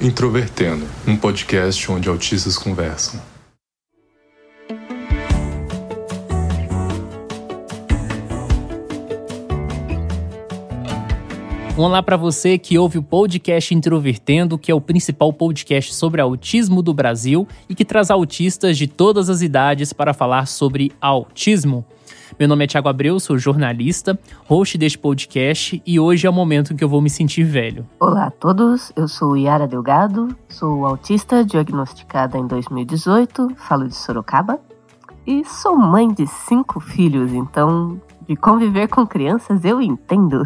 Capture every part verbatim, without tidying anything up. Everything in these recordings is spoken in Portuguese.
Introvertendo, um podcast onde autistas conversam. Olá para você que ouve o podcast Introvertendo, que é o principal podcast sobre autismo do Brasil e que traz autistas de todas as idades para falar sobre autismo. Meu nome é Thiago Abreu, sou jornalista, host deste podcast e hoje é o momento em que eu vou me sentir velho. Olá a todos, eu sou Yara Delgado, sou autista diagnosticada em dois mil e dezoito, falo de Sorocaba e sou mãe de cinco filhos, então de conviver com crianças eu entendo.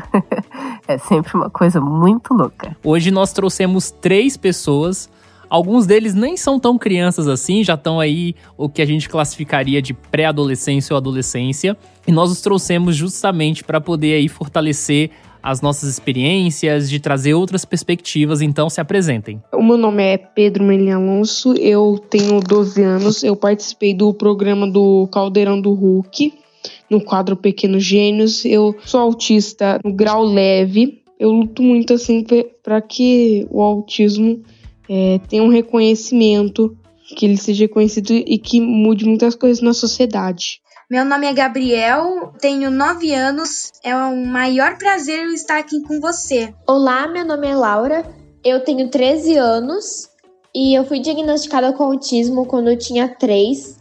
É sempre uma coisa muito louca. Hoje nós trouxemos três pessoas. Alguns deles nem são tão crianças assim, já estão aí o que a gente classificaria de pré-adolescência ou adolescência. E nós os trouxemos justamente para poder aí fortalecer as nossas experiências, de trazer outras perspectivas, então se apresentem. O meu nome é Pedro Melin Alonso, eu tenho doze anos, eu participei do programa do Caldeirão do Hulk, no quadro Pequenos Gênios. Eu sou autista no grau leve, eu luto muito assim para que o autismo É, tem um reconhecimento, que ele seja reconhecido e que mude muitas coisas na sociedade. Meu nome é Gabriel, tenho nove anos, é um maior prazer eu estar aqui com você. Olá, meu nome é Laura, eu tenho treze anos e eu fui diagnosticada com autismo quando eu tinha três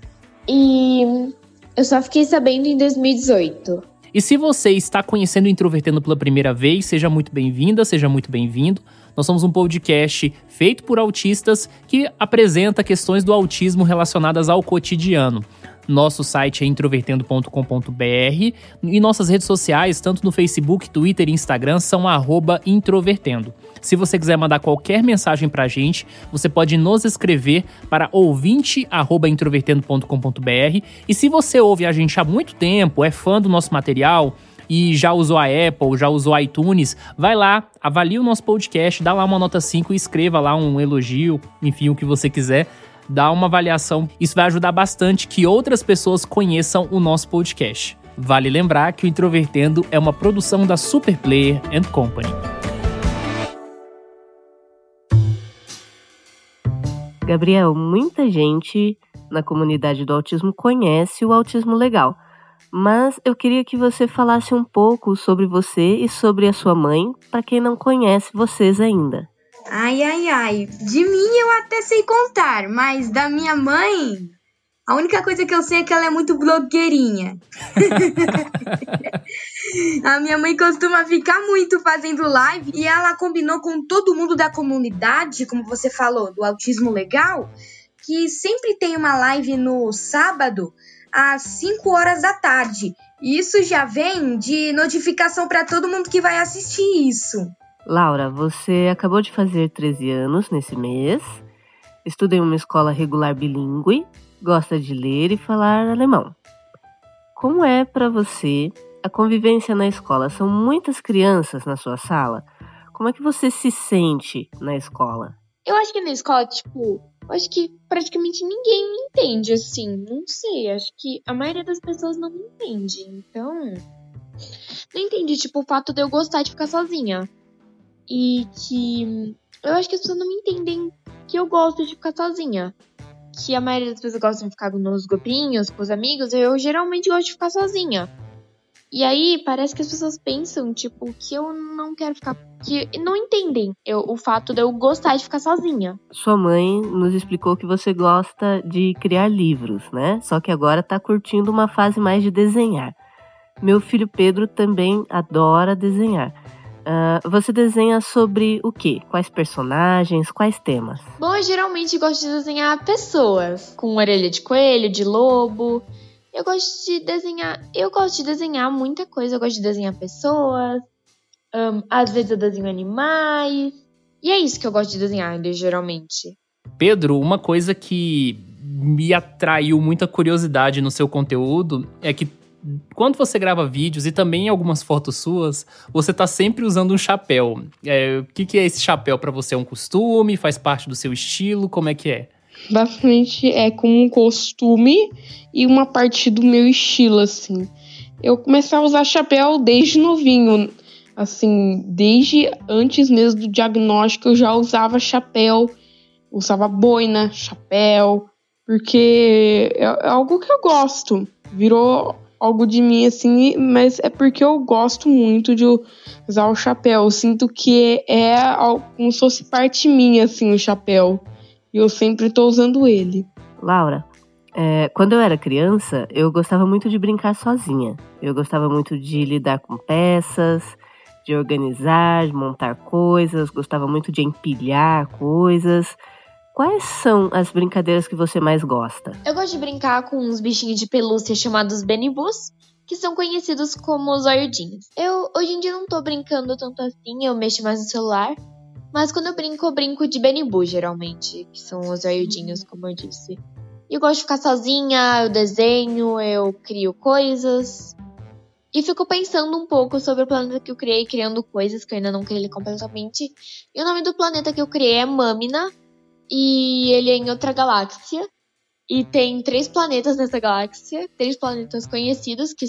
e eu só fiquei sabendo em dois mil e dezoito. E se você está conhecendo o Introvertendo pela primeira vez, seja muito bem-vinda, seja muito bem-vindo. Nós somos um podcast feito por autistas que apresenta questões do autismo relacionadas ao cotidiano. Nosso site é introvertendo ponto com ponto b r e nossas redes sociais, tanto no Facebook, Twitter e Instagram, são arroba introvertendo. Se você quiser mandar qualquer mensagem pra gente, você pode nos escrever para ouvinte arroba introvertendo ponto com ponto b r. E se você ouve a gente há muito tempo, é fã do nosso material e já usou a Apple, já usou a iTunes, vai lá, avalie o nosso podcast, dá lá uma nota cinco e escreva lá um elogio, enfim, o que você quiser, dá uma avaliação. Isso vai ajudar bastante que outras pessoas conheçam o nosso podcast. Vale lembrar que o Introvertendo é uma produção da Superplayer and Company. Gabriel, muita gente na comunidade do autismo conhece o autismo legal. Mas eu queria que você falasse um pouco sobre você e sobre a sua mãe, para quem não conhece vocês ainda. Ai, ai, ai, de mim eu até sei contar, mas da minha mãe, a única coisa que eu sei é que ela é muito blogueirinha. A minha mãe costuma ficar muito fazendo live e ela combinou com todo mundo da comunidade, como você falou, do autismo legal, que sempre tem uma live no sábado, às cinco horas da tarde. Isso já vem de notificação para todo mundo que vai assistir isso. Laura, você acabou de fazer treze anos nesse mês, estuda em uma escola regular bilíngue, gosta de ler e falar alemão. Como é para você a convivência na escola? São muitas crianças na sua sala? Como é que você se sente na escola? Eu acho que na escola, tipo, eu acho que praticamente ninguém me entende, assim, não sei, acho que a maioria das pessoas não me entende, então, não entendi, tipo, o fato de eu gostar de ficar sozinha, e que eu acho que as pessoas não me entendem que eu gosto de ficar sozinha, que a maioria das pessoas gostam de ficar nos grupinhos, com os amigos, eu geralmente gosto de ficar sozinha. E aí, parece que as pessoas pensam, tipo, que eu não quero ficar... Que não entendem eu, o fato de eu gostar de ficar sozinha. Sua mãe nos explicou que você gosta de criar livros, né? Só que agora tá curtindo uma fase mais de desenhar. Meu filho Pedro também adora desenhar. Uh, você desenha sobre o quê? Quais personagens? Quais temas? Bom, eu geralmente gosto de desenhar pessoas. Com orelha de coelho, de lobo... Eu gosto de desenhar, eu gosto de desenhar muita coisa, eu gosto de desenhar pessoas, um, às vezes eu desenho animais, e é isso que eu gosto de desenhar, geralmente. Pedro, uma coisa que me atraiu muita curiosidade no seu conteúdo é que quando você grava vídeos e também algumas fotos suas, você tá sempre usando um chapéu. É, o que, que é esse chapéu pra você? É um costume? Faz parte do seu estilo? Como é que é? Basicamente é como um costume e uma parte do meu estilo, assim. Eu comecei a usar chapéu desde novinho. Assim, desde antes mesmo do diagnóstico, eu já usava chapéu, usava boina, chapéu, porque é algo que eu gosto. Virou algo de mim, assim, mas é porque eu gosto muito de usar o chapéu. Eu sinto que é como se fosse parte minha, assim, o chapéu. E eu sempre tô usando ele. Laura, é, quando eu era criança, eu gostava muito de brincar sozinha. Eu gostava muito de lidar com peças, de organizar, de montar coisas, gostava muito de empilhar coisas. Quais são as brincadeiras que você mais gosta? Eu gosto de brincar com uns bichinhos de pelúcia chamados Benibus, que são conhecidos como os zoiudinhos. Eu, hoje em dia, não tô brincando tanto assim, eu mexo mais no celular. Mas quando eu brinco, eu brinco de Benibu, geralmente, que são os zoiudinhos, como eu disse. E eu gosto de ficar sozinha, eu desenho, eu crio coisas. E fico pensando um pouco sobre o planeta que eu criei, criando coisas que eu ainda não criei ele completamente. E o nome do planeta que eu criei é Mamina. E ele é em outra galáxia. E tem três planetas nessa galáxia. Três planetas conhecidos, que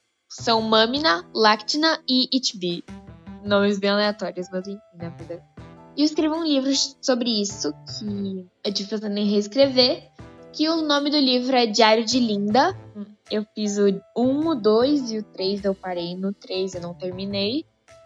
são Mamina, Lactina e Itbi. Nomes bem aleatórios, mas enfim, na verdade. E eu escrevi um livro sobre isso, que é de fazer nem reescrever. Que o nome do livro é Diário de Linda. Eu fiz o um, o dois e o três eu parei. No três eu não terminei.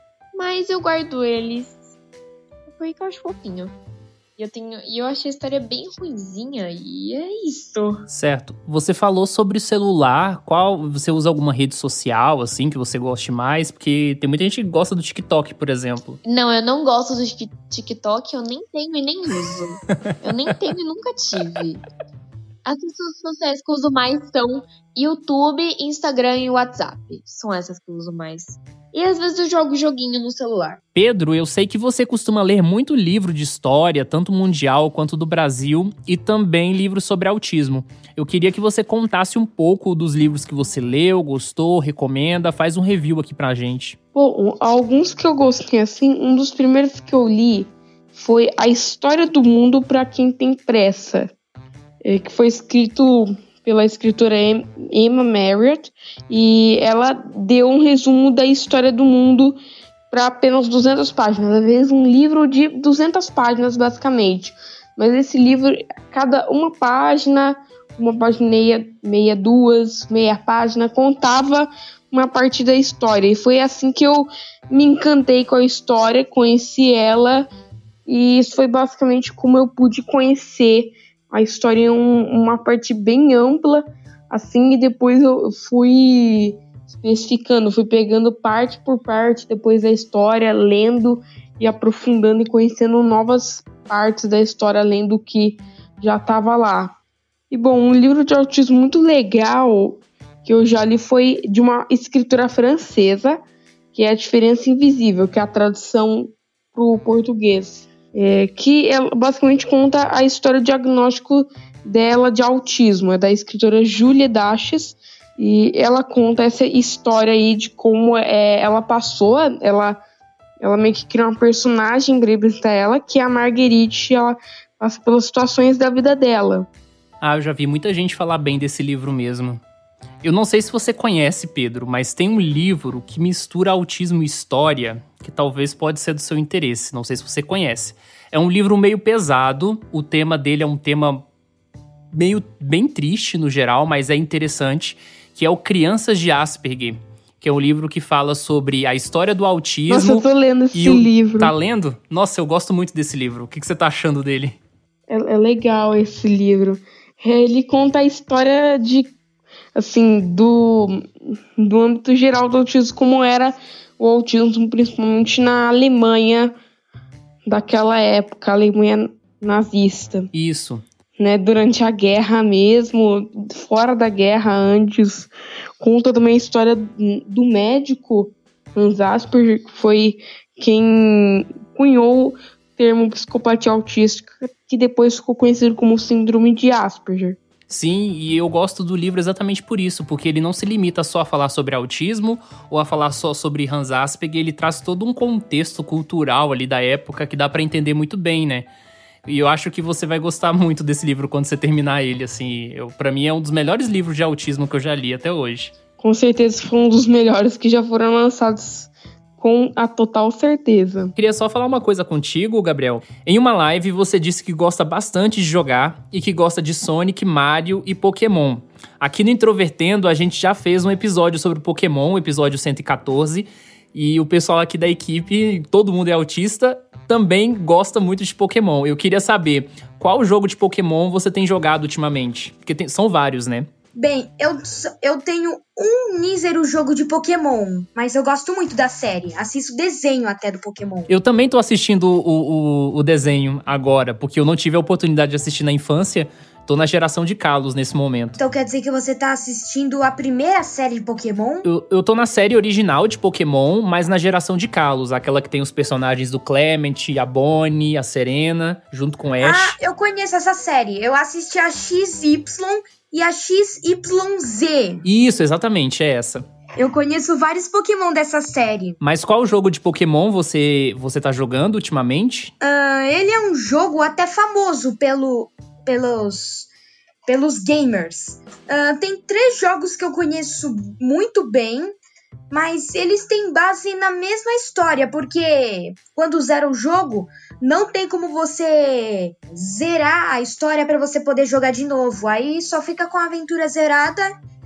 Mas eu guardo eles. Porque eu acho fofinho. E eu, tenho, e eu achei a história bem ruinzinha, e é isso. Certo. Você falou sobre o celular. Qual você usa alguma rede social, assim, que você goste mais? Porque tem muita gente que gosta do TikTok, por exemplo. Não, eu não gosto do TikTok, eu nem tenho e nem uso. Eu nem tenho e nunca tive. As redes sociais que eu uso mais são YouTube, Instagram e WhatsApp. São essas que eu uso mais. E às vezes eu jogo joguinho no celular. Pedro, eu sei que você costuma ler muito livro de história, tanto mundial quanto do Brasil, e também livros sobre autismo. Eu queria que você contasse um pouco dos livros que você leu, gostou, recomenda, faz um review aqui pra gente. Bom, alguns que eu gostei, assim, um dos primeiros que eu li foi A História do Mundo para Quem Tem Pressa, que foi escrito pela escritora Emma Marriott, e ela deu um resumo da história do mundo para apenas duzentas páginas. Às vezes um livro de duzentas páginas, basicamente. Mas esse livro, cada uma página, uma página meia, meia duas, meia página, contava uma parte da história. E foi assim que eu me encantei com a história, conheci ela, e isso foi basicamente como eu pude conhecer a história em um, uma parte bem ampla, assim, e depois eu fui especificando, fui pegando parte por parte depois da história, lendo e aprofundando e conhecendo novas partes da história, além do que já estava lá. E bom, um livro de autismo muito legal que eu já li foi de uma escritora francesa, que é A Diferença Invisível, que é a tradução para o português. É, que ela basicamente conta a história do diagnóstico dela de autismo, é da escritora Julia Daches, e ela conta essa história aí de como é, ela passou, ela, ela meio que cria uma personagem para representar ela, que é a Marguerite, ela passa pelas situações da vida dela. Ah, eu já vi muita gente falar bem desse livro mesmo. Eu não sei se você conhece, Pedro, mas tem um livro que mistura autismo e história, que talvez pode ser do seu interesse, não sei se você conhece. É um livro meio pesado, o tema dele é um tema meio bem triste no geral, mas é interessante, que é o Crianças de Asperger, que é um livro que fala sobre a história do autismo. Nossa, eu tô lendo esse o... livro. Tá lendo? Nossa, eu gosto muito desse livro. O que, que você tá achando dele? É, é legal esse livro. Ele conta a história de, assim, do, do âmbito geral do autismo, como era o autismo, principalmente na Alemanha daquela época, a Alemanha nazista. Isso. Né, durante a guerra mesmo, fora da guerra, antes. Conta também a história do médico Hans Asperger, que foi quem cunhou o termo psicopatia autística, que depois ficou conhecido como síndrome de Asperger. Sim, e eu gosto do livro exatamente por isso, porque ele não se limita só a falar sobre autismo ou a falar só sobre Hans Asperger, ele traz todo um contexto cultural ali da época que dá pra entender muito bem, né? E eu acho que você vai gostar muito desse livro quando você terminar ele, assim. Eu, pra mim é um dos melhores livros de autismo que eu já li até hoje. Com certeza foi um dos melhores que já foram lançados com a total certeza. Queria só falar uma coisa contigo, Gabriel. Em uma live, você disse que gosta bastante de jogar e que gosta de Sonic, Mario e Pokémon. Aqui no Introvertendo, a gente já fez um episódio sobre Pokémon, o episódio cento e catorze, e o pessoal aqui da equipe, todo mundo é autista, também gosta muito de Pokémon. Eu queria saber qual jogo de Pokémon você tem jogado ultimamente, porque tem, são vários, né? Bem, eu, eu tenho um mísero jogo de Pokémon, mas eu gosto muito da série. Assisto desenho até do Pokémon. Eu também tô assistindo o, o, o desenho agora, porque eu não tive a oportunidade de assistir na infância. Tô na geração de Kalos nesse momento. Então quer dizer que você tá assistindo a primeira série de Pokémon? Eu, eu tô na série original de Pokémon, mas na geração de Kalos. Aquela que tem os personagens do Clement, a Bonnie, a Serena, junto com Ash. Ah, eu conheço essa série. Eu assisti a X Y e a X Y Z. Isso, exatamente, é essa. Eu conheço vários Pokémon dessa série. Mas qual jogo de Pokémon você, você tá jogando ultimamente? Uh, ele é um jogo até famoso pelo, pelos, pelos gamers. Uh, tem três jogos que eu conheço muito bem, mas eles têm base na mesma história, porque quando zera o jogo, não tem como você zerar a história para você poder jogar de novo. Aí só fica com a aventura zerada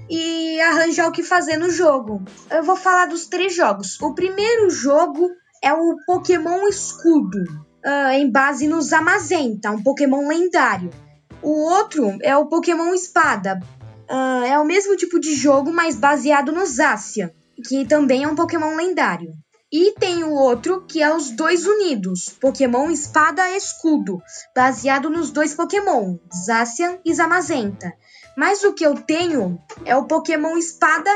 e arranjar o que fazer no jogo. Eu vou falar dos três jogos. O primeiro jogo é o Pokémon Escudo, uh, em base no Zamazenta, um Pokémon lendário. O outro é o Pokémon Espada. Uh, é o mesmo tipo de jogo, mas baseado no Zacian, que também é um Pokémon lendário. E tem o outro, que é os dois unidos, Pokémon Espada e Escudo, baseado nos dois Pokémon, Zacian e Zamazenta. Mas o que eu tenho é o Pokémon Espada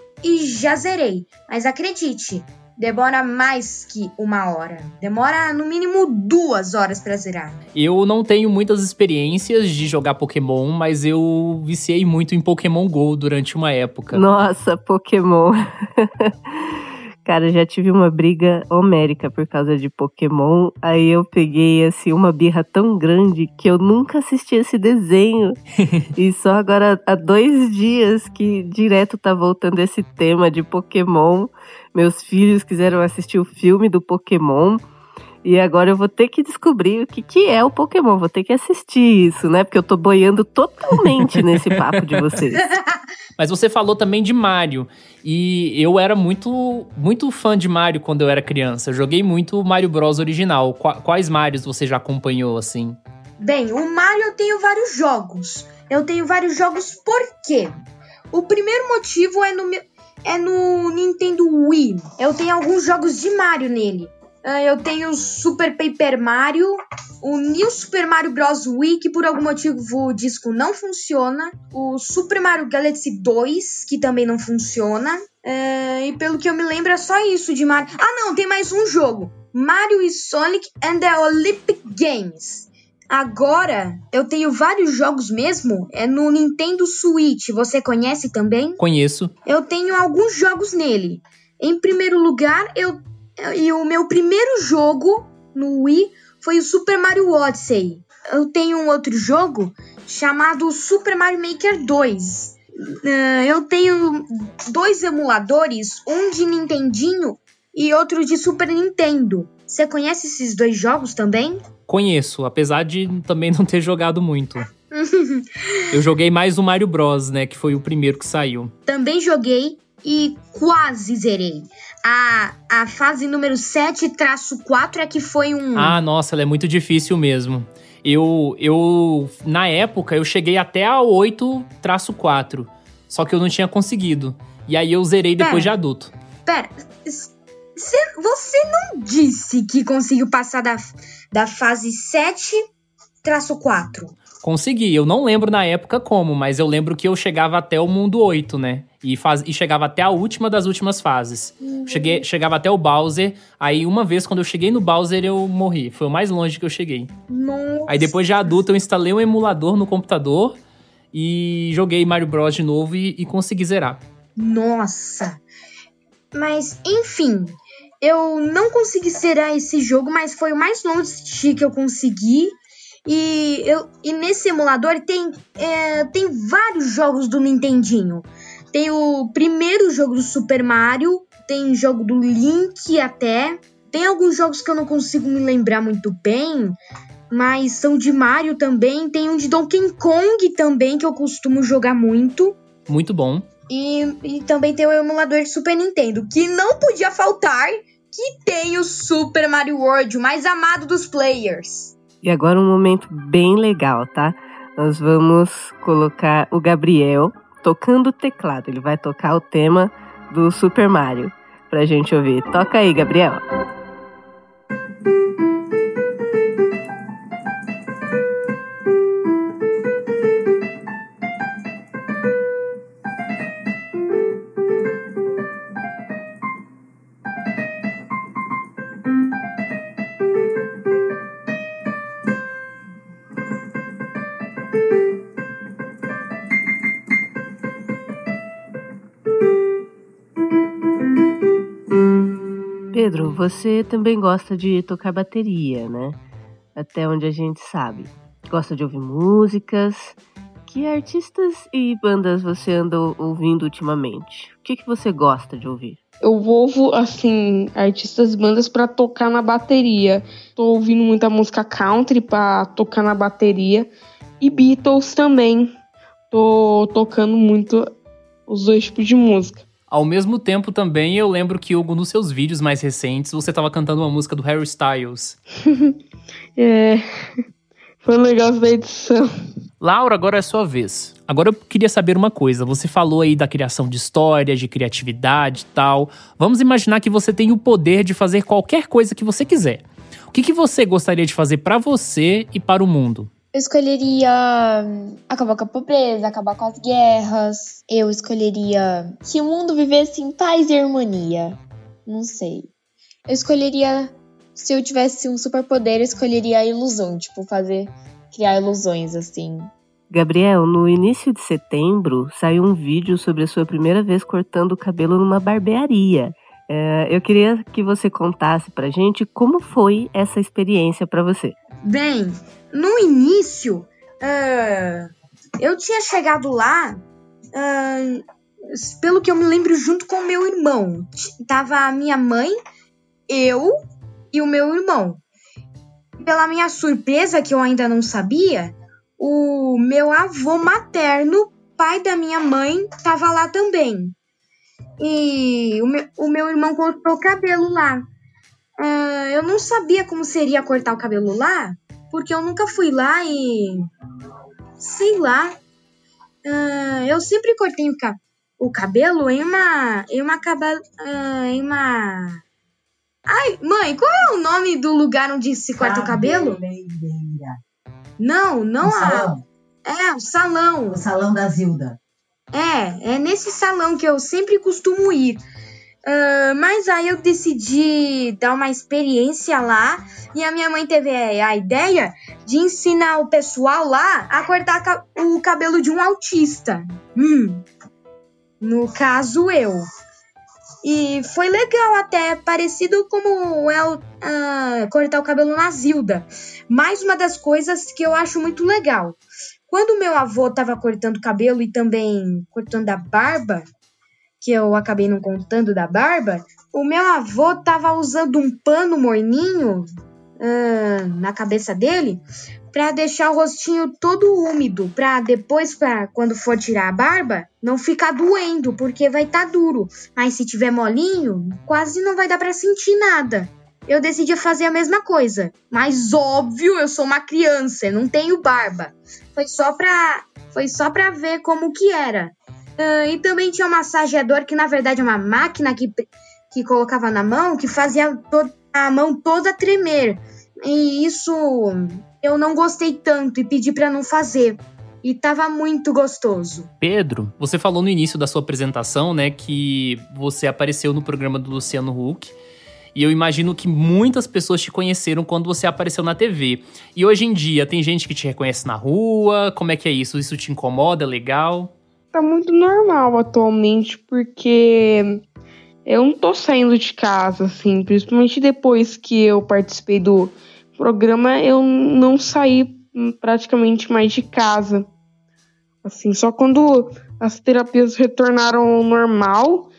e já zerei. Mas acredite, demora mais que uma hora. Demora no mínimo duas horas pra zerar. Eu não tenho muitas experiências de jogar Pokémon, mas eu viciei muito em Pokémon Go durante uma época. Nossa, Pokémon. Cara, já tive uma briga homérica por causa de Pokémon. Aí eu peguei, assim, uma birra tão grande que eu nunca assisti esse desenho. E só agora, há dois dias que direto tá voltando esse tema de Pokémon. Meus filhos quiseram assistir o filme do Pokémon. E agora eu vou ter que descobrir o que, que é o Pokémon. Vou ter que assistir isso, né? Porque eu tô boiando totalmente nesse papo de vocês. Mas você falou também de Mario. E eu era muito, muito fã de Mario quando eu era criança. Eu joguei muito o Mario Bros original. Quais Marios você já acompanhou, assim? Bem, o Mario eu tenho vários jogos. Eu tenho vários jogos por quê? O primeiro motivo é no, é no Nintendo Wii. Eu tenho alguns jogos de Mario nele. Eu tenho o Super Paper Mario, o New Super Mario Bros. Wii, que por algum motivo o disco não funciona, o Super Mario Galaxy dois, que também não funciona, é, e pelo que eu me lembro é só isso de Mario. Ah não, tem mais um jogo, Mario e Sonic and the Olympic Games. Agora, eu tenho vários jogos mesmo, é no Nintendo Switch, você conhece também? Conheço. Eu tenho alguns jogos nele. Em primeiro lugar, eu E o meu primeiro jogo no Wii foi o Super Mario Odyssey. Eu tenho um outro jogo chamado Super Mario Maker dois. Uh, eu tenho dois emuladores, um de Nintendinho e outro de Super Nintendo. Você conhece esses dois jogos também? Conheço, apesar de também não ter jogado muito. Eu joguei mais o Mario Bros, né, que foi o primeiro que saiu. Também joguei e quase zerei. A, a fase número sete traço quatro é que foi um... Ah, nossa, ela é muito difícil mesmo. Eu, eu na época, eu cheguei até a oito traço quatro. Só que eu não tinha conseguido. E aí eu zerei depois pera, de adulto. Pera, cê, você não disse que conseguiu passar da, da fase sete traço quatro? Consegui, eu não lembro na época como, mas eu lembro que eu chegava até o mundo oito, né? E, faz, e chegava até a última das últimas fases. Uhum. Cheguei, chegava até o Bowser, aí uma vez quando eu cheguei no Bowser eu morri. Foi o mais longe que eu cheguei. Nossa. Aí depois de adulto eu instalei um emulador no computador e joguei Mario Bros de novo e, e consegui zerar. Nossa! Mas, enfim, eu não consegui zerar esse jogo, mas foi o mais longe que eu consegui. E, eu, e nesse emulador tem, é, tem vários jogos do Nintendinho. Tem o primeiro jogo do Super Mario, tem jogo do Link até. Tem alguns jogos que eu não consigo me lembrar muito bem, mas são de Mario também. Tem um de Donkey Kong também, que eu costumo jogar muito. Muito bom. E, e também tem o emulador de Super Nintendo, que não podia faltar, que tem o Super Mario World, o mais amado dos players. E agora um momento bem legal, tá? Nós vamos colocar o Gabriel tocando o teclado. Ele vai tocar o tema do Super Mario pra gente ouvir. Toca aí, Gabriel. Pedro, você também gosta de tocar bateria, né? Até onde a gente sabe. Gosta de ouvir músicas. Que artistas e bandas você anda ouvindo ultimamente? O que, que você gosta de ouvir? Eu ouvo, assim, artistas e bandas pra tocar na bateria. Tô ouvindo muita música country pra tocar na bateria. E Beatles também. Tô tocando muito os dois tipos de música. Ao mesmo tempo também, eu lembro que, Hugo, nos seus vídeos mais recentes, você estava cantando uma música do Harry Styles. É, foi legal essa edição. Laura, agora é a sua vez. Agora eu queria saber uma coisa. Você falou aí da criação de histórias, de criatividade e tal. Vamos imaginar que você tem o poder de fazer qualquer coisa que você quiser. O que, que você gostaria de fazer para você e para o mundo? Eu escolheria acabar com a pobreza, acabar com as guerras. Eu escolheria que o mundo vivesse em paz e harmonia. Não sei. Eu escolheria, se eu tivesse um superpoder, eu escolheria a ilusão. Tipo, fazer, criar ilusões, assim. Gabriel, no início de setembro, saiu um vídeo sobre a sua primeira vez cortando o cabelo numa barbearia. É, eu queria que você contasse pra gente como foi essa experiência pra você. Bem, no início, uh, eu tinha chegado lá, uh, pelo que eu me lembro, junto com o meu irmão. Tava a minha mãe, eu e o meu irmão. Pela minha surpresa, que eu ainda não sabia, o meu avô materno, pai da minha mãe, tava lá também. E o meu, o meu irmão cortou o cabelo lá. Uh, eu não sabia como seria cortar o cabelo lá, porque eu nunca fui lá e... Sei lá. Uh, eu sempre cortei o, ca- o cabelo em uma... Em uma... Caba, uh, em uma... Ai, mãe, qual é o nome do lugar onde se corta o cabelo? Não, não o a... salão. É, o salão. O salão da Zilda. É, é nesse salão que eu sempre costumo ir. Uh, mas aí eu decidi dar uma experiência lá e a minha mãe teve a ideia de ensinar o pessoal lá a cortar ca- o cabelo de um autista. Hum, no caso, eu. E foi legal até, parecido como é o, uh, cortar o cabelo na Zilda. Mais uma das coisas que eu acho muito legal. Quando meu avô estava cortando o cabelo e também cortando a barba, que eu acabei não contando da barba, o meu avô tava usando um pano morninho uh, na cabeça dele para deixar o rostinho todo úmido, para depois, pra, quando for tirar a barba, não ficar doendo, porque vai estar tá duro. Mas se tiver molinho, quase não vai dar para sentir nada. Eu decidi fazer a mesma coisa, mas óbvio, eu sou uma criança, não tenho barba. Foi só pra, foi só pra ver como que era. Uh, e também tinha um massageador, que na verdade é uma máquina que, que colocava na mão, que fazia to- a mão toda tremer. E isso eu não gostei tanto e pedi pra não fazer. E tava muito gostoso. Pedro, você falou no início da sua apresentação, né, que você apareceu no programa do Luciano Huck. E eu imagino que muitas pessoas te conheceram quando você apareceu na T V. E hoje em dia, tem gente que te reconhece na rua? Como é que é isso? Isso te incomoda? Legal? Tá muito normal atualmente, porque eu não tô saindo de casa, assim. Principalmente depois que eu participei do programa, eu não saí praticamente mais de casa. Assim, só quando as terapias retornaram ao normal,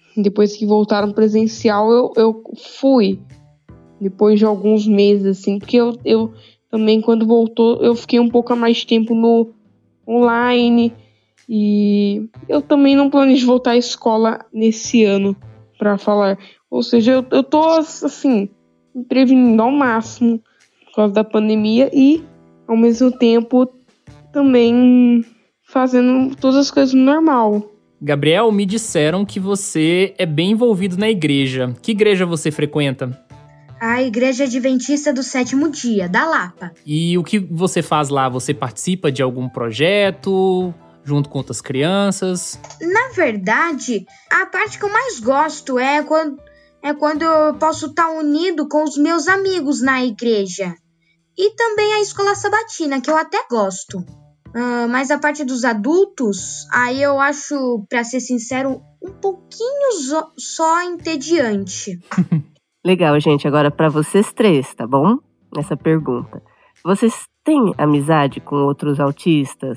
Depois que voltaram presencial, eu, eu fui. Depois de alguns meses, assim, porque eu, eu também, quando voltou, eu fiquei um pouco a mais tempo no online. E eu também não planejo voltar à escola nesse ano, pra falar. Ou seja, eu, eu tô, assim, me prevenindo ao máximo por causa da pandemia e, ao mesmo tempo, também fazendo todas as coisas normal. Gabriel, me disseram que você é bem envolvido na igreja. Que igreja você frequenta? A Igreja Adventista do Sétimo Dia, da Lapa. E o que você faz lá? Você participa de algum projeto junto com outras crianças? Na verdade, a parte que eu mais gosto é quando, é quando eu posso estar unido com os meus amigos na igreja. E também a escola sabatina, que eu até gosto. Uh, mas a parte dos adultos, aí eu acho, pra ser sincero, um pouquinho zo- só entediante. Legal, gente. Agora para vocês três, tá bom? Essa pergunta. Vocês têm amizade com outros autistas?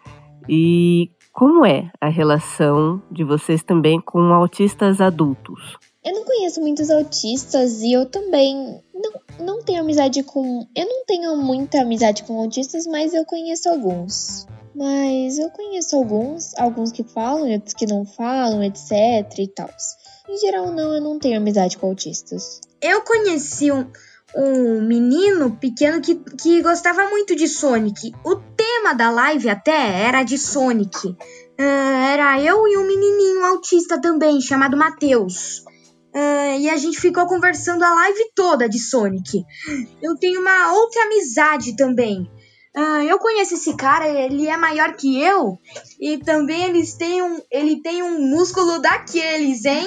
E como é a relação de vocês também com autistas adultos? Eu não conheço muitos autistas e eu também não, não tenho amizade com... Eu não tenho muita amizade com autistas, mas eu conheço alguns. Mas eu conheço alguns, alguns que falam e outros que não falam, etc e tal. Em geral, não, eu não tenho amizade com autistas. Eu conheci um, um menino pequeno que, que gostava muito de Sonic. O tema da live até era de Sonic. Uh, era eu e um menininho autista também, chamado Matheus. Uh, e a gente ficou conversando a live toda de Sonic. Eu tenho uma outra amizade também. Uh, eu conheço esse cara, ele é maior que eu. E também eles têm um, ele tem um músculo daqueles, hein?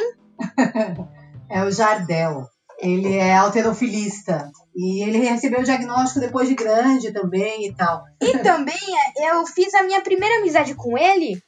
É o Jardel. Ele é halterofilista. E ele recebeu o diagnóstico depois de grande também e tal. E também eu fiz a minha primeira amizade com ele,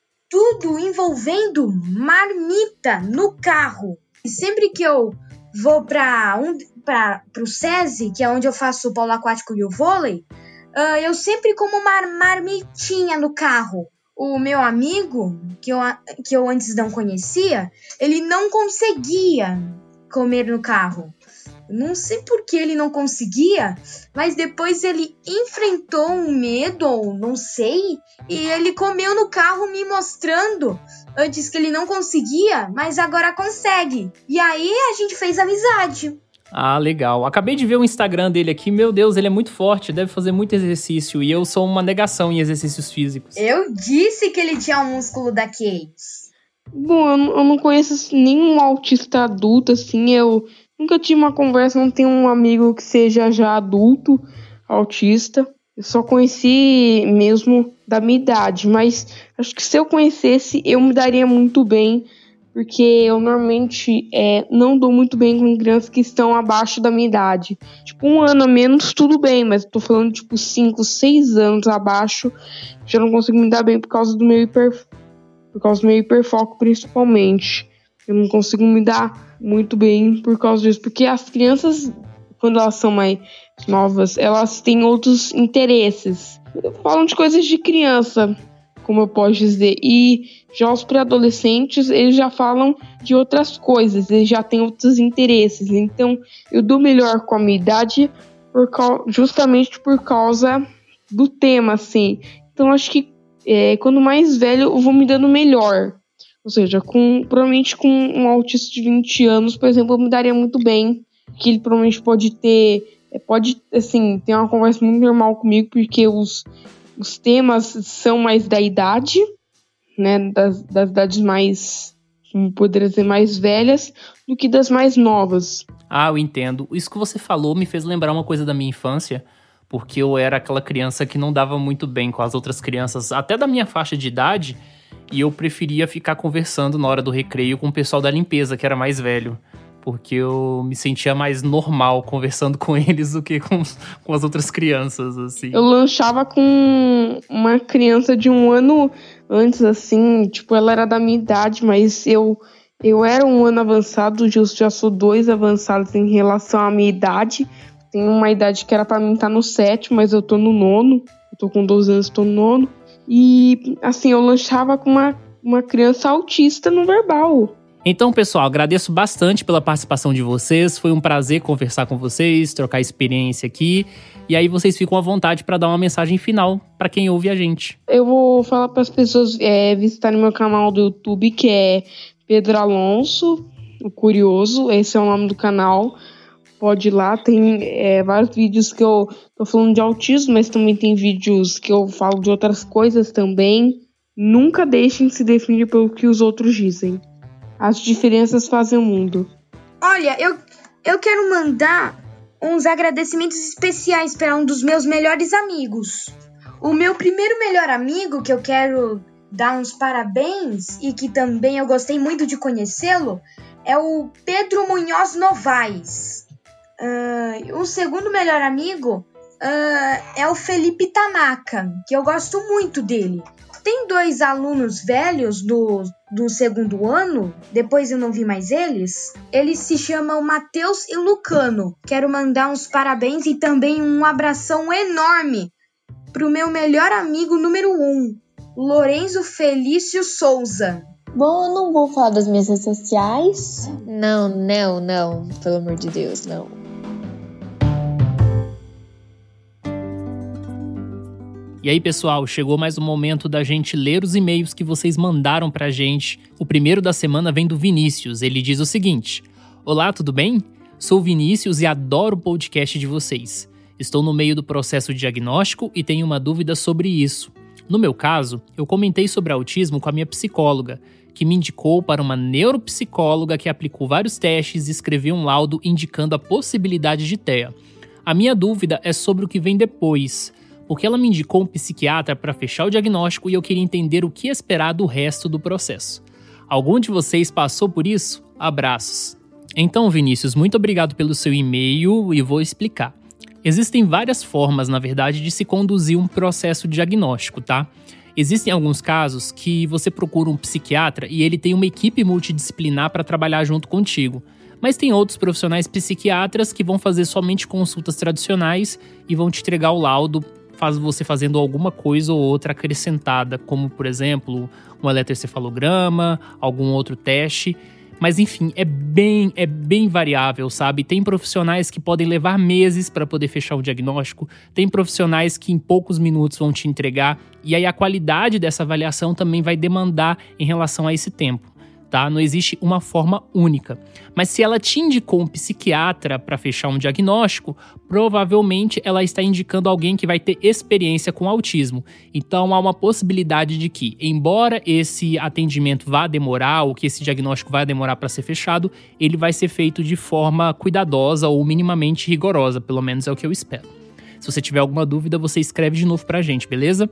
tudo envolvendo marmita no carro. E sempre que eu vou para um, para o SESI, que é onde eu faço o polo aquático e o vôlei, uh, eu sempre como uma marmitinha no carro. O meu amigo, que eu, que eu antes não conhecia, ele não conseguia comer no carro. Não sei por que ele não conseguia, mas depois ele enfrentou um medo, ou não sei, e ele comeu no carro me mostrando antes que ele não conseguia, mas agora consegue. E aí a gente fez amizade. Ah, legal. Acabei de ver o Instagram dele aqui. Meu Deus, ele é muito forte, deve fazer muito exercício. E eu sou uma negação em exercícios físicos. Eu disse que ele tinha um músculo daqueles. Bom, eu não, eu não conheço nenhum autista adulto, assim. Eu nunca tive uma conversa, não tenho um amigo que seja já adulto, autista. Eu só conheci mesmo da minha idade. Mas acho que se eu conhecesse, eu me daria muito bem. Porque eu normalmente é, não dou muito bem com crianças que estão abaixo da minha idade. Tipo, um ano a menos, tudo bem, mas eu tô falando, tipo, cinco, seis anos abaixo, já não consigo me dar bem por causa do meu hiper, por causa do meu hiperfoco, principalmente. Eu não consigo me dar muito bem por causa disso, porque as crianças, quando elas são mais novas, elas têm outros interesses. Falam de coisas de criança, como eu posso dizer, e já os pré-adolescentes, eles já falam de outras coisas, eles já têm outros interesses, então eu dou melhor com a minha idade por, justamente por causa do tema, assim. Então acho que é, quando mais velho eu vou me dando melhor, ou seja, com, provavelmente com um autista de vinte anos, por exemplo, eu me daria muito bem, que ele provavelmente pode ter, pode, assim, ter uma conversa muito normal comigo, porque os Os temas são mais da idade, né, das, das idades mais, como poderia dizer, mais velhas, do que das mais novas. Ah, eu entendo. Isso que você falou me fez lembrar uma coisa da minha infância, porque eu era aquela criança que não dava muito bem com as outras crianças, até da minha faixa de idade, e eu preferia ficar conversando na hora do recreio com o pessoal da limpeza, que era mais velho. Porque eu me sentia mais normal conversando com eles do que com, com as outras crianças, assim. Eu lanchava com uma criança de um ano antes, assim, tipo, ela era da minha idade, mas eu, eu era um ano avançado, eu já sou dois avançados em relação à minha idade. Tenho uma idade que era pra mim estar no sétimo, mas eu tô no nono, eu tô com doze anos, tô no nono. E, assim, eu lanchava com uma, uma criança autista no verbal. Então, pessoal, agradeço bastante pela participação de vocês. Foi um prazer conversar com vocês, trocar experiência aqui. E aí vocês ficam à vontade para dar uma mensagem final para quem ouve a gente. Eu vou falar para as pessoas é, visitarem meu canal do YouTube, que é Pedro Alonso, o Curioso. Esse é o nome do canal. Pode ir lá, tem é, vários vídeos que eu tô falando de autismo, mas também tem vídeos que eu falo de outras coisas também. Nunca deixem se definir pelo que os outros dizem. As diferenças fazem o mundo. Olha, eu, eu quero mandar uns agradecimentos especiais para um dos meus melhores amigos. O meu primeiro melhor amigo, que eu quero dar uns parabéns e que também eu gostei muito de conhecê-lo, é o Pedro Munhoz Novaes. Uh, o segundo melhor amigo uh, é o Felipe Tanaka, que eu gosto muito dele. Tem dois alunos velhos do, do segundo ano, depois eu não vi mais eles. Eles se chamam Matheus e Lucano. Quero mandar uns parabéns e também um abração enorme pro meu melhor amigo número um, Lorenzo Felício Souza. Bom, eu não vou falar das minhas redes sociais. Não, não, não. Pelo amor de Deus, não. E aí, pessoal, chegou mais um momento da gente ler os e-mails que vocês mandaram pra gente. O primeiro da semana vem do Vinícius. Ele diz o seguinte: Olá, tudo bem? Sou Vinícius e adoro o podcast de vocês. Estou no meio do processo de diagnóstico e tenho uma dúvida sobre isso. No meu caso, eu comentei sobre autismo com a minha psicóloga, que me indicou para uma neuropsicóloga que aplicou vários testes e escreveu um laudo indicando a possibilidade de T E A. A minha dúvida é sobre o que vem depois, porque ela me indicou um psiquiatra para fechar o diagnóstico e eu queria entender o que esperar do resto do processo. Algum de vocês passou por isso? Abraços. Então, Vinícius, muito obrigado pelo seu e-mail e vou explicar. Existem várias formas, na verdade, de se conduzir um processo diagnóstico, tá? Existem alguns casos que você procura um psiquiatra e ele tem uma equipe multidisciplinar para trabalhar junto contigo. Mas tem outros profissionais psiquiatras que vão fazer somente consultas tradicionais e vão te entregar o laudo, faz você fazendo alguma coisa ou outra acrescentada, como, por exemplo, um eletroencefalograma, algum outro teste. Mas, enfim, é bem, é bem variável, sabe? Tem profissionais que podem levar meses para poder fechar o diagnóstico, tem profissionais que em poucos minutos vão te entregar, e aí a qualidade dessa avaliação também vai demandar em relação a esse tempo. Tá? Não existe uma forma única. Mas se ela te indicou um psiquiatra para fechar um diagnóstico, provavelmente ela está indicando alguém que vai ter experiência com autismo. Então há uma possibilidade de que, embora esse atendimento vá demorar, ou que esse diagnóstico vai demorar para ser fechado, ele vai ser feito de forma cuidadosa ou minimamente rigorosa, pelo menos é o que eu espero. Se você tiver alguma dúvida, você escreve de novo pra gente, beleza?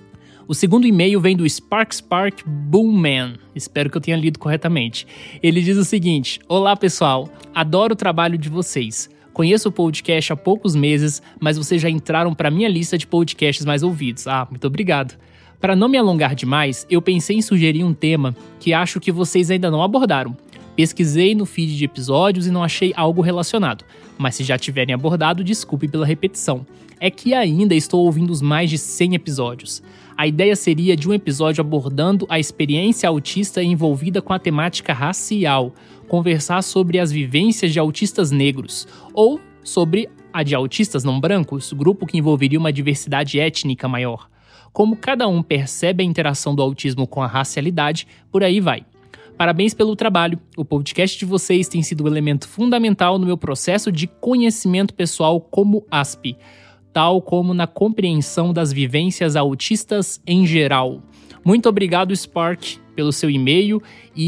O segundo e-mail vem do Spark Spark Boomman. Espero que eu tenha lido corretamente. Ele diz o seguinte: Olá, pessoal. Adoro o trabalho de vocês. Conheço o podcast há poucos meses, mas vocês já entraram para minha lista de podcasts mais ouvidos. Ah, muito obrigado. Para não me alongar demais, eu pensei em sugerir um tema que acho que vocês ainda não abordaram. Pesquisei no feed de episódios e não achei algo relacionado. Mas se já tiverem abordado, desculpe pela repetição. É que ainda estou ouvindo os mais de cem episódios. A ideia seria de um episódio abordando a experiência autista envolvida com a temática racial, conversar sobre as vivências de autistas negros, ou sobre a de autistas não brancos, grupo que envolveria uma diversidade étnica maior. Como cada um percebe a interação do autismo com a racialidade, por aí vai. Parabéns pelo trabalho. O podcast de vocês tem sido um elemento fundamental no meu processo de conhecimento pessoal como A S P, tal como na compreensão das vivências autistas em geral. Muito obrigado, Spark, pelo seu e-mail.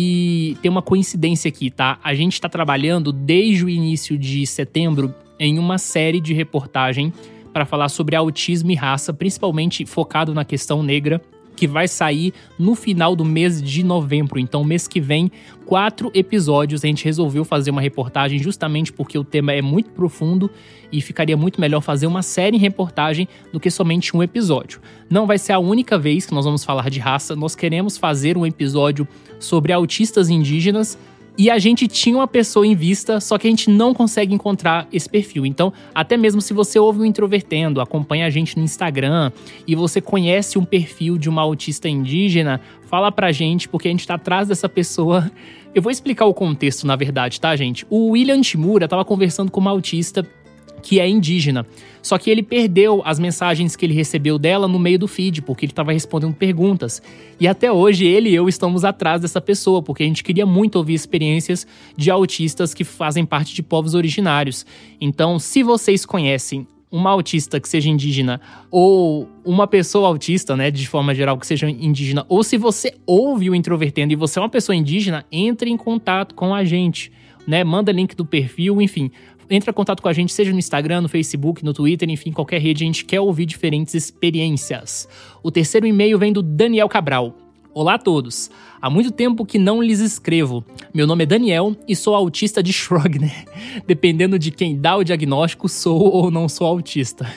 E tem uma coincidência aqui, tá? A gente está trabalhando desde o início de setembro em uma série de reportagem para falar sobre autismo e raça, principalmente focado na questão negra, que vai sair no final do mês de novembro. Então, mês que vem, quatro episódios. A gente resolveu fazer uma reportagem justamente porque o tema é muito profundo e ficaria muito melhor fazer uma série em reportagem do que somente um episódio. Não vai ser a única vez que nós vamos falar de raça. Nós queremos fazer um episódio sobre autistas indígenas. E a gente tinha uma pessoa em vista, só que a gente não consegue encontrar esse perfil. Então, até mesmo se você ouve o Introvertendo, acompanha a gente no Instagram e você conhece um perfil de uma autista indígena, fala pra gente, porque a gente tá atrás dessa pessoa Eu vou explicar o contexto, na verdade, tá, gente? O William Timura estava conversando com uma autista que é indígena. Só que ele perdeu as mensagens que ele recebeu dela no meio do feed, porque ele estava respondendo perguntas. E até hoje ele e eu estamos atrás dessa pessoa, porque a gente queria muito ouvir experiências de autistas que fazem parte de povos originários. Então, se vocês conhecem uma autista que seja indígena ou uma pessoa autista, né, de forma geral, que seja indígena, ou se você ouve o Introvertendo e você é uma pessoa indígena, entre em contato com a gente, né, manda link do perfil, enfim, entra em contato com a gente, seja no Instagram, no Facebook, no Twitter, enfim, qualquer rede, a gente quer ouvir diferentes experiências. O terceiro e-mail vem do Daniel Cabral. Olá a todos. Há muito tempo que não lhes escrevo. Meu nome é Daniel e sou autista de Schrödinger. Dependendo de quem dá o diagnóstico, sou ou não sou autista.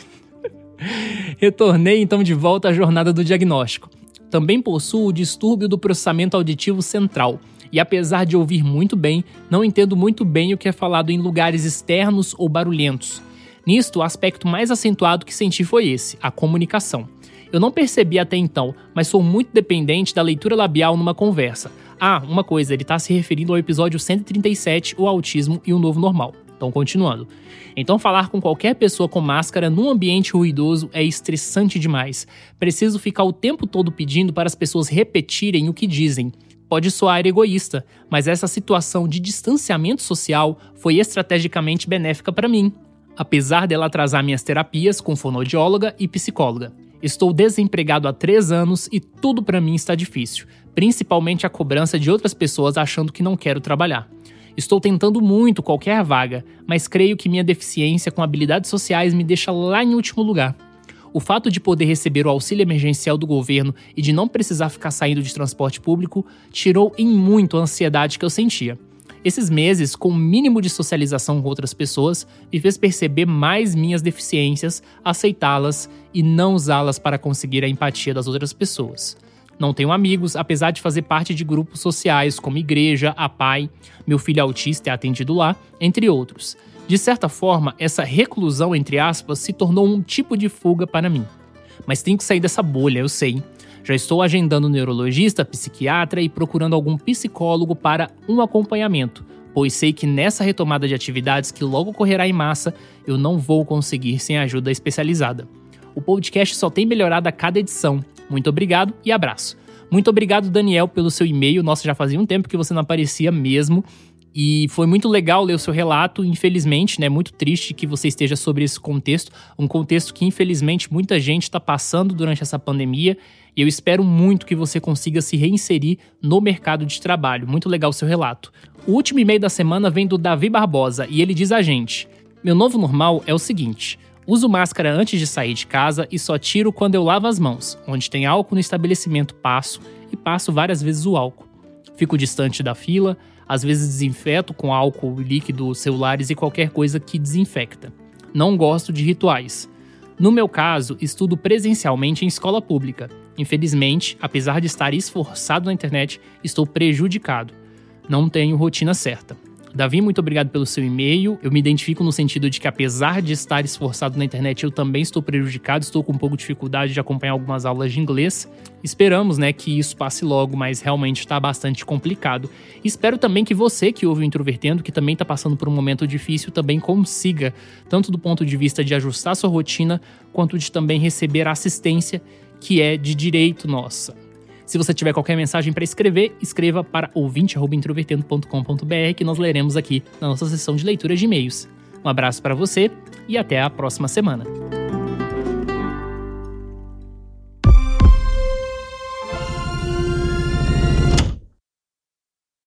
Retornei então de volta à jornada do diagnóstico. Também possuo o distúrbio do processamento auditivo central. E apesar de ouvir muito bem, não entendo muito bem o que é falado em lugares externos ou barulhentos. Nisto, o aspecto mais acentuado que senti foi esse, a comunicação. Eu não percebi até então, mas sou muito dependente da leitura labial numa conversa. Ah, uma coisa, ele está se referindo ao episódio cento e trinta e sete, o autismo e o novo normal. Então, continuando. Então, falar com qualquer pessoa com máscara num ambiente ruidoso é estressante demais. Preciso ficar o tempo todo pedindo para as pessoas repetirem o que dizem. Pode soar egoísta, mas essa situação de distanciamento social foi estrategicamente benéfica para mim, apesar dela atrasar minhas terapias com fonoaudióloga e psicóloga. Estou desempregado há três anos e tudo para mim está difícil, principalmente a cobrança de outras pessoas achando que não quero trabalhar. Estou tentando muito qualquer vaga, mas creio que minha deficiência com habilidades sociais me deixa lá em último lugar. O fato de poder receber o auxílio emergencial do governo e de não precisar ficar saindo de transporte público tirou em muito a ansiedade que eu sentia. Esses meses, com o mínimo de socialização com outras pessoas, me fez perceber mais minhas deficiências, aceitá-las e não usá-las para conseguir a empatia das outras pessoas. Não tenho amigos, apesar de fazer parte de grupos sociais como igreja, a P A I, meu filho autista é atendido lá, entre outros. De certa forma, essa reclusão, entre aspas, se tornou um tipo de fuga para mim. Mas tenho que sair dessa bolha, eu sei. Já estou agendando neurologista, psiquiatra e procurando algum psicólogo para um acompanhamento, pois sei que nessa retomada de atividades que logo ocorrerá em massa, eu não vou conseguir sem ajuda especializada. O podcast só tem melhorado a cada edição. Muito obrigado e abraço. Muito obrigado, Daniel, pelo seu e-mail. Nossa, já fazia um tempo que você não aparecia mesmo. E foi muito legal ler o seu relato, infelizmente, né, muito triste que você esteja sobre esse contexto, um contexto que infelizmente muita gente está passando durante essa pandemia, e eu espero muito que você consiga se reinserir no mercado de trabalho. Muito legal o seu relato. O último e-mail da semana vem do Davi Barbosa, e ele diz a gente: meu novo normal é o seguinte, uso máscara antes de sair de casa e só tiro quando eu lavo as mãos, onde tem álcool no estabelecimento passo, e passo várias vezes o álcool. Fico distante da fila, às vezes desinfeto com álcool líquido celulares e qualquer coisa que desinfecta. Não gosto de rituais. No meu caso, estudo presencialmente em escola pública. Infelizmente, apesar de estar esforçado na internet, estou prejudicado. Não tenho rotina certa. Davi, muito obrigado pelo seu e-mail. Eu me identifico no sentido de que, apesar de estar esforçado na internet, eu também estou prejudicado, estou com um pouco de dificuldade de acompanhar algumas aulas de inglês. Esperamos, né, que isso passe logo, mas realmente está bastante complicado. Espero também que você, que ouve o Introvertendo, que também está passando por um momento difícil, também consiga, tanto do ponto de vista de ajustar sua rotina, quanto de também receber a assistência, que é de direito nossa. Se você tiver qualquer mensagem para escrever, escreva para ouvinte arroba introvertendo ponto com ponto b r que nós leremos aqui na nossa sessão de leitura de e-mails. Um abraço para você e até a próxima semana.